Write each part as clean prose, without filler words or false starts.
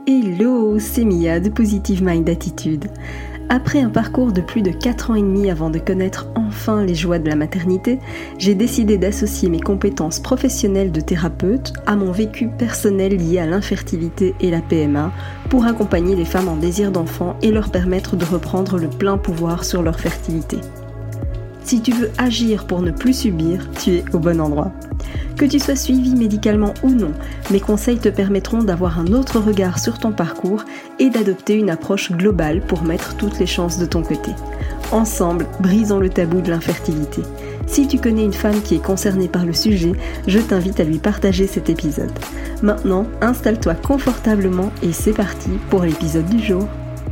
Hello, c'est Mia de Positive Mind Attitude. Après un parcours de plus de 4 ans et demi avant de connaître enfin les joies de la maternité, j'ai décidé d'associer mes compétences professionnelles de thérapeute à mon vécu personnel lié à l'infertilité et la PMA pour accompagner les femmes en désir d'enfant et leur permettre de reprendre le plein pouvoir sur leur fertilité. Si tu veux agir pour ne plus subir, tu es au bon endroit. Que tu sois suivi médicalement ou non, mes conseils te permettront d'avoir un autre regard sur ton parcours et d'adopter une approche globale pour mettre toutes les chances de ton côté. Ensemble, brisons le tabou de l'infertilité. Si tu connais une femme qui est concernée par le sujet, je t'invite à lui partager cet épisode. Maintenant, installe-toi confortablement et c'est parti pour l'épisode du jour.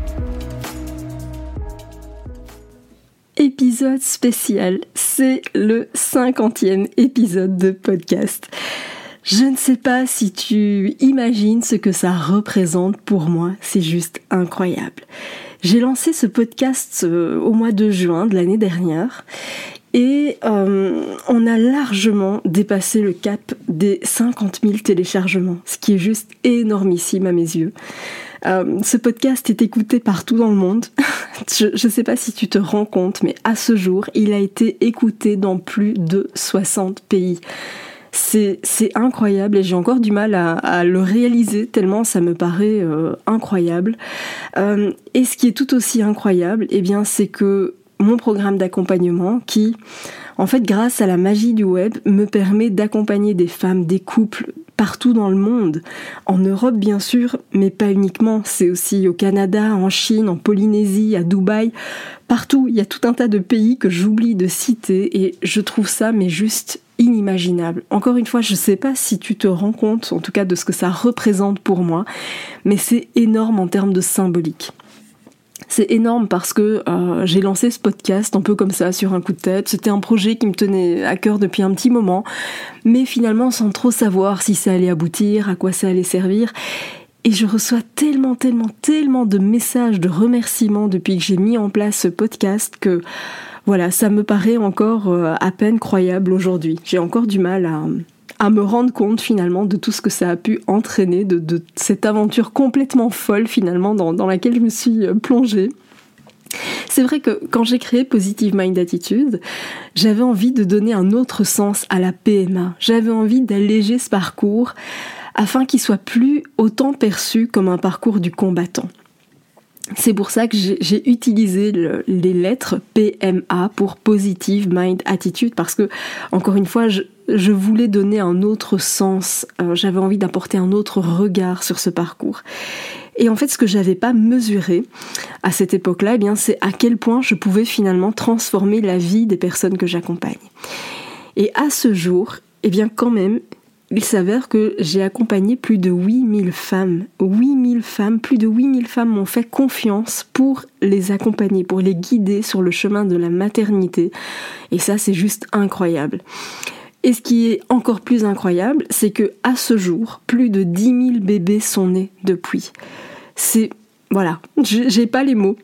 Épisode spécial, c'est le 50e épisode de podcast. Je ne sais pas si tu imagines ce que ça représente pour moi, c'est juste incroyable. J'ai lancé ce podcast au mois de juin de l'année dernière et on a largement dépassé le cap des 50 000 téléchargements, ce qui est juste énormissime à mes yeux. Ce podcast est écouté partout dans le monde. Je ne sais pas si tu te rends compte, mais à ce jour, il a été écouté dans plus de 60 pays. C'est incroyable et j'ai encore du mal à le réaliser tellement ça me paraît incroyable. Et ce qui est tout aussi incroyable, eh bien, c'est que mon programme d'accompagnement qui, en fait, grâce à la magie du web, me permet d'accompagner des femmes, des couples partout dans le monde, en Europe bien sûr, mais pas uniquement, c'est aussi au Canada, en Chine, en Polynésie, à Dubaï, partout, il y a tout un tas de pays que j'oublie de citer et je trouve ça mais juste inimaginable. Encore une fois, je sais pas si tu te rends compte, en tout cas de ce que ça représente pour moi, mais c'est énorme en termes de symbolique. C'est énorme parce que j'ai lancé ce podcast un peu comme ça, sur un coup de tête. C'était un projet qui me tenait à cœur depuis un petit moment, mais finalement sans trop savoir si ça allait aboutir, à quoi ça allait servir. Et je reçois tellement de messages de remerciements depuis que j'ai mis en place ce podcast que voilà, ça me paraît encore à peine croyable aujourd'hui. J'ai encore du mal à me rendre compte finalement de tout ce que ça a pu entraîner, de cette aventure complètement folle finalement dans laquelle je me suis plongée. C'est vrai que quand j'ai créé Positive Mind Attitude, j'avais envie de donner un autre sens à la PMA. J'avais envie d'alléger ce parcours afin qu'il soit plus autant perçu comme un parcours du combattant. C'est pour ça que j'ai utilisé les lettres PMA pour Positive Mind Attitude parce que, encore une fois, je voulais donner un autre sens, j'avais envie d'apporter un autre regard sur ce parcours. Et en fait, ce que j'avais pas mesuré à cette époque-là, eh bien, c'est à quel point je pouvais finalement transformer la vie des personnes que j'accompagne. Et à ce jour, eh bien, quand même, il s'avère que j'ai accompagné plus de 8000 femmes. 8000 femmes, plus de 8000 femmes m'ont fait confiance pour les accompagner, pour les guider sur le chemin de la maternité. Et ça, c'est juste incroyable. Et ce qui est encore plus incroyable, c'est que à ce jour, plus de 10 000 bébés sont nés depuis. Voilà, j'ai pas les mots.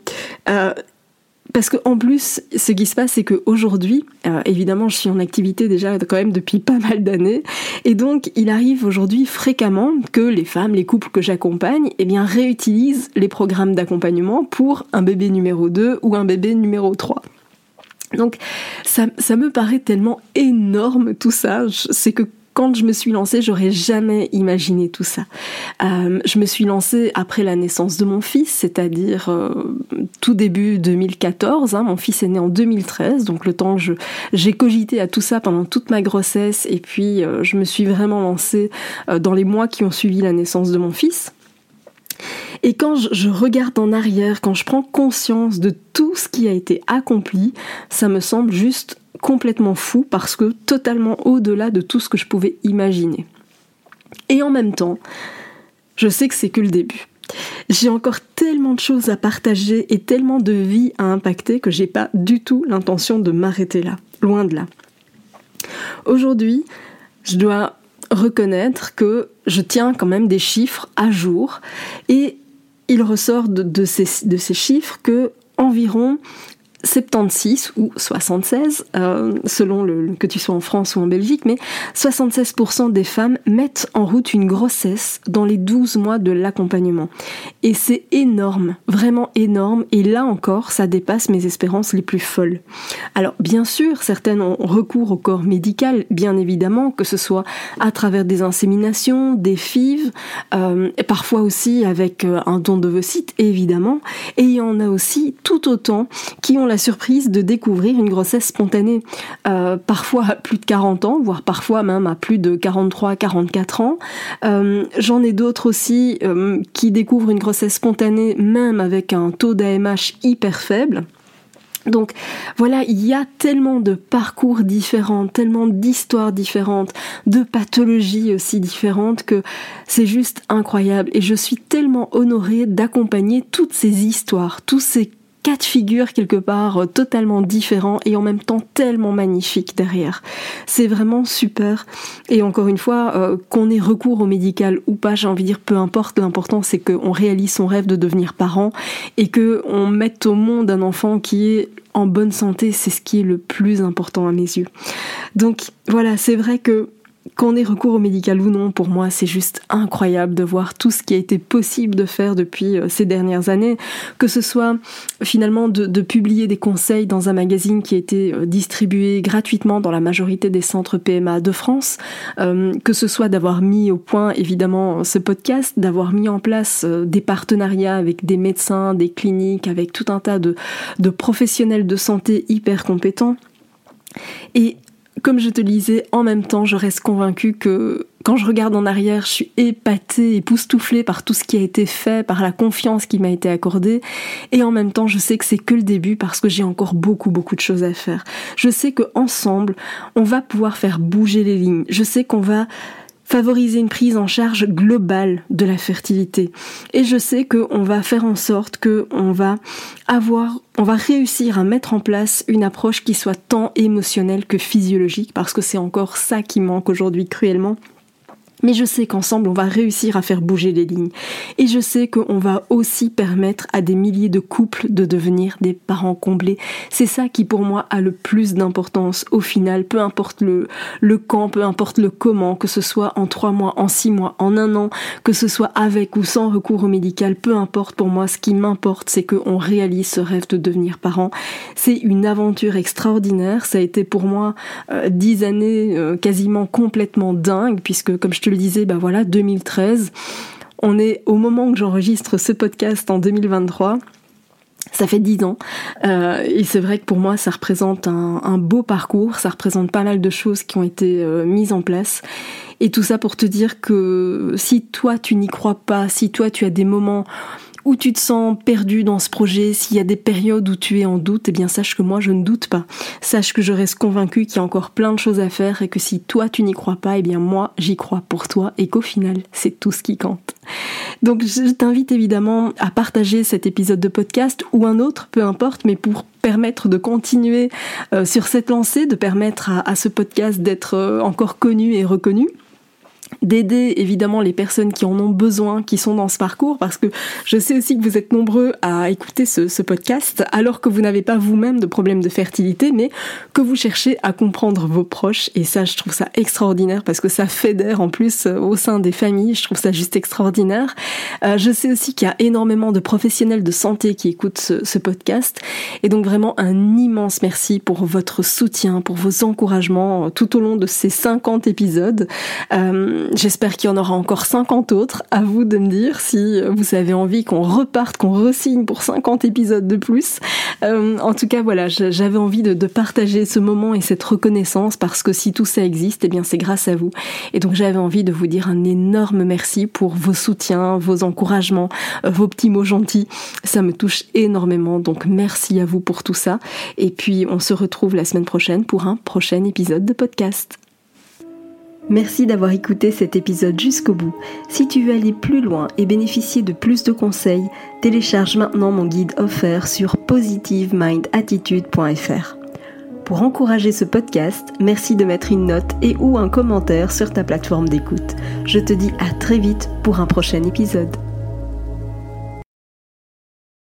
Parce qu'en plus, ce qui se passe, c'est qu'aujourd'hui, évidemment, je suis en activité déjà quand même depuis pas mal d'années, et donc il arrive aujourd'hui fréquemment que les femmes, les couples que j'accompagne, eh bien, réutilisent les programmes d'accompagnement pour un bébé numéro 2 ou un bébé numéro 3. Donc ça me paraît tellement énorme tout ça, c'est que quand je me suis lancée, j'aurais jamais imaginé tout ça. Je me suis lancée après la naissance de mon fils, c'est-à-dire tout début 2014. Mon fils est né en 2013, donc le temps que j'ai cogité à tout ça pendant toute ma grossesse, et puis je me suis vraiment lancée dans les mois qui ont suivi la naissance de mon fils. Et quand je regarde en arrière, quand je prends conscience de tout ce qui a été accompli, ça me semble juste complètement fou parce que totalement au-delà de tout ce que je pouvais imaginer. Et en même temps, je sais que c'est que le début. J'ai encore tellement de choses à partager et tellement de vies à impacter que j'ai pas du tout l'intention de m'arrêter là, loin de là. Aujourd'hui, je dois reconnaître que je tiens quand même des chiffres à jour et il ressort de ces chiffres que environ 76 ou 76, selon que tu sois en France ou en Belgique, mais 76% des femmes mettent en route une grossesse dans les 12 mois de l'accompagnement. Et c'est énorme, vraiment énorme, et là encore, ça dépasse mes espérances les plus folles. Alors bien sûr, certaines ont recours au corps médical, bien évidemment, que ce soit à travers des inséminations, des FIV, et parfois aussi avec un don d'ovocytes, évidemment, et il y en a aussi tout autant qui ont la surprise de découvrir une grossesse spontanée, parfois à plus de 40 ans, voire parfois même à plus de 43-44 ans. J'en ai d'autres aussi qui découvrent une grossesse spontanée même avec un taux d'AMH hyper faible. Donc voilà, il y a tellement de parcours différents, tellement d'histoires différentes, de pathologies aussi différentes que c'est juste incroyable. Et je suis tellement honorée d'accompagner toutes ces histoires, tous ces cas de figure quelque part totalement différents et en même temps tellement magnifiques derrière. C'est vraiment super. Et encore une fois, qu'on ait recours au médical ou pas, j'ai envie de dire peu importe, l'important c'est qu'on réalise son rêve de devenir parent et qu'on mette au monde un enfant qui est en bonne santé, c'est ce qui est le plus important à mes yeux. Donc voilà, c'est vrai que qu'on ait recours au médical ou non, pour moi, c'est juste incroyable de voir tout ce qui a été possible de faire depuis ces dernières années, que ce soit finalement de publier des conseils dans un magazine qui a été distribué gratuitement dans la majorité des centres PMA de France, que ce soit d'avoir mis au point évidemment ce podcast, d'avoir mis en place des partenariats avec des médecins, des cliniques, avec tout un tas de professionnels de santé hyper compétents. Et comme je te le disais, en même temps, je reste convaincue que quand je regarde en arrière, je suis épatée, époustouflée par tout ce qui a été fait, par la confiance qui m'a été accordée. Et en même temps, je sais que c'est que le début parce que j'ai encore beaucoup de choses à faire. Je sais qu'ensemble, on va pouvoir faire bouger les lignes. Je sais qu'on va favoriser une prise en charge globale de la fertilité. Et je sais qu'on va faire en sorte qu'on va réussir à mettre en place une approche qui soit tant émotionnelle que physiologique, parce que c'est encore ça qui manque aujourd'hui cruellement. Mais je sais qu'ensemble, on va réussir à faire bouger les lignes. Et je sais qu'on va aussi permettre à des milliers de couples de devenir des parents comblés. C'est ça qui, pour moi, a le plus d'importance au final. Peu importe le quand, peu importe le comment, que ce soit en 3 mois, en 6 mois, en 1 an, que ce soit avec ou sans recours au médical, peu importe pour moi. Ce qui m'importe, c'est qu'on réalise ce rêve de devenir parent. C'est une aventure extraordinaire. Ça a été pour moi 10 années quasiment complètement dingues, puisque, comme je te le disais, 2013, on est au moment que j'enregistre ce podcast en 2023, ça fait 10 ans, et c'est vrai que pour moi ça représente un beau parcours, ça représente pas mal de choses qui ont été mises en place, et tout ça pour te dire que si toi tu n'y crois pas, si toi tu as des moments où tu te sens perdu dans ce projet, s'il y a des périodes où tu es en doute, eh bien sache que moi je ne doute pas. Sache que je reste convaincue qu'il y a encore plein de choses à faire et que si toi tu n'y crois pas, eh bien moi j'y crois pour toi et qu'au final c'est tout ce qui compte. Donc je t'invite évidemment à partager cet épisode de podcast ou un autre, peu importe, mais pour permettre de continuer sur cette lancée, de permettre à ce podcast d'être encore connu et reconnu. D'aider évidemment les personnes qui en ont besoin, qui sont dans ce parcours, parce que je sais aussi que vous êtes nombreux à écouter ce podcast alors que vous n'avez pas vous-même de problème de fertilité, mais que vous cherchez à comprendre vos proches, et ça je trouve ça extraordinaire parce que ça fédère en plus au sein des familles, je trouve ça juste extraordinaire. Je sais aussi qu'il y a énormément de professionnels de santé qui écoutent ce podcast, et donc vraiment un immense merci pour votre soutien, pour vos encouragements tout au long de ces 50 épisodes. J'espère qu'il y en aura encore 50 autres. À vous de me dire si vous avez envie qu'on reparte, qu'on re-signe pour 50 épisodes de plus. En tout cas, voilà, j'avais envie de partager ce moment et cette reconnaissance parce que si tout ça existe, eh bien c'est grâce à vous. Et donc j'avais envie de vous dire un énorme merci pour vos soutiens, vos encouragements, vos petits mots gentils. Ça me touche énormément, donc merci à vous pour tout ça. Et puis on se retrouve la semaine prochaine pour un prochain épisode de podcast. Merci d'avoir écouté cet épisode jusqu'au bout. Si tu veux aller plus loin et bénéficier de plus de conseils, télécharge maintenant mon guide offert sur positivemindattitude.fr. Pour encourager ce podcast, merci de mettre une note et ou un commentaire sur ta plateforme d'écoute. Je te dis à très vite pour un prochain épisode.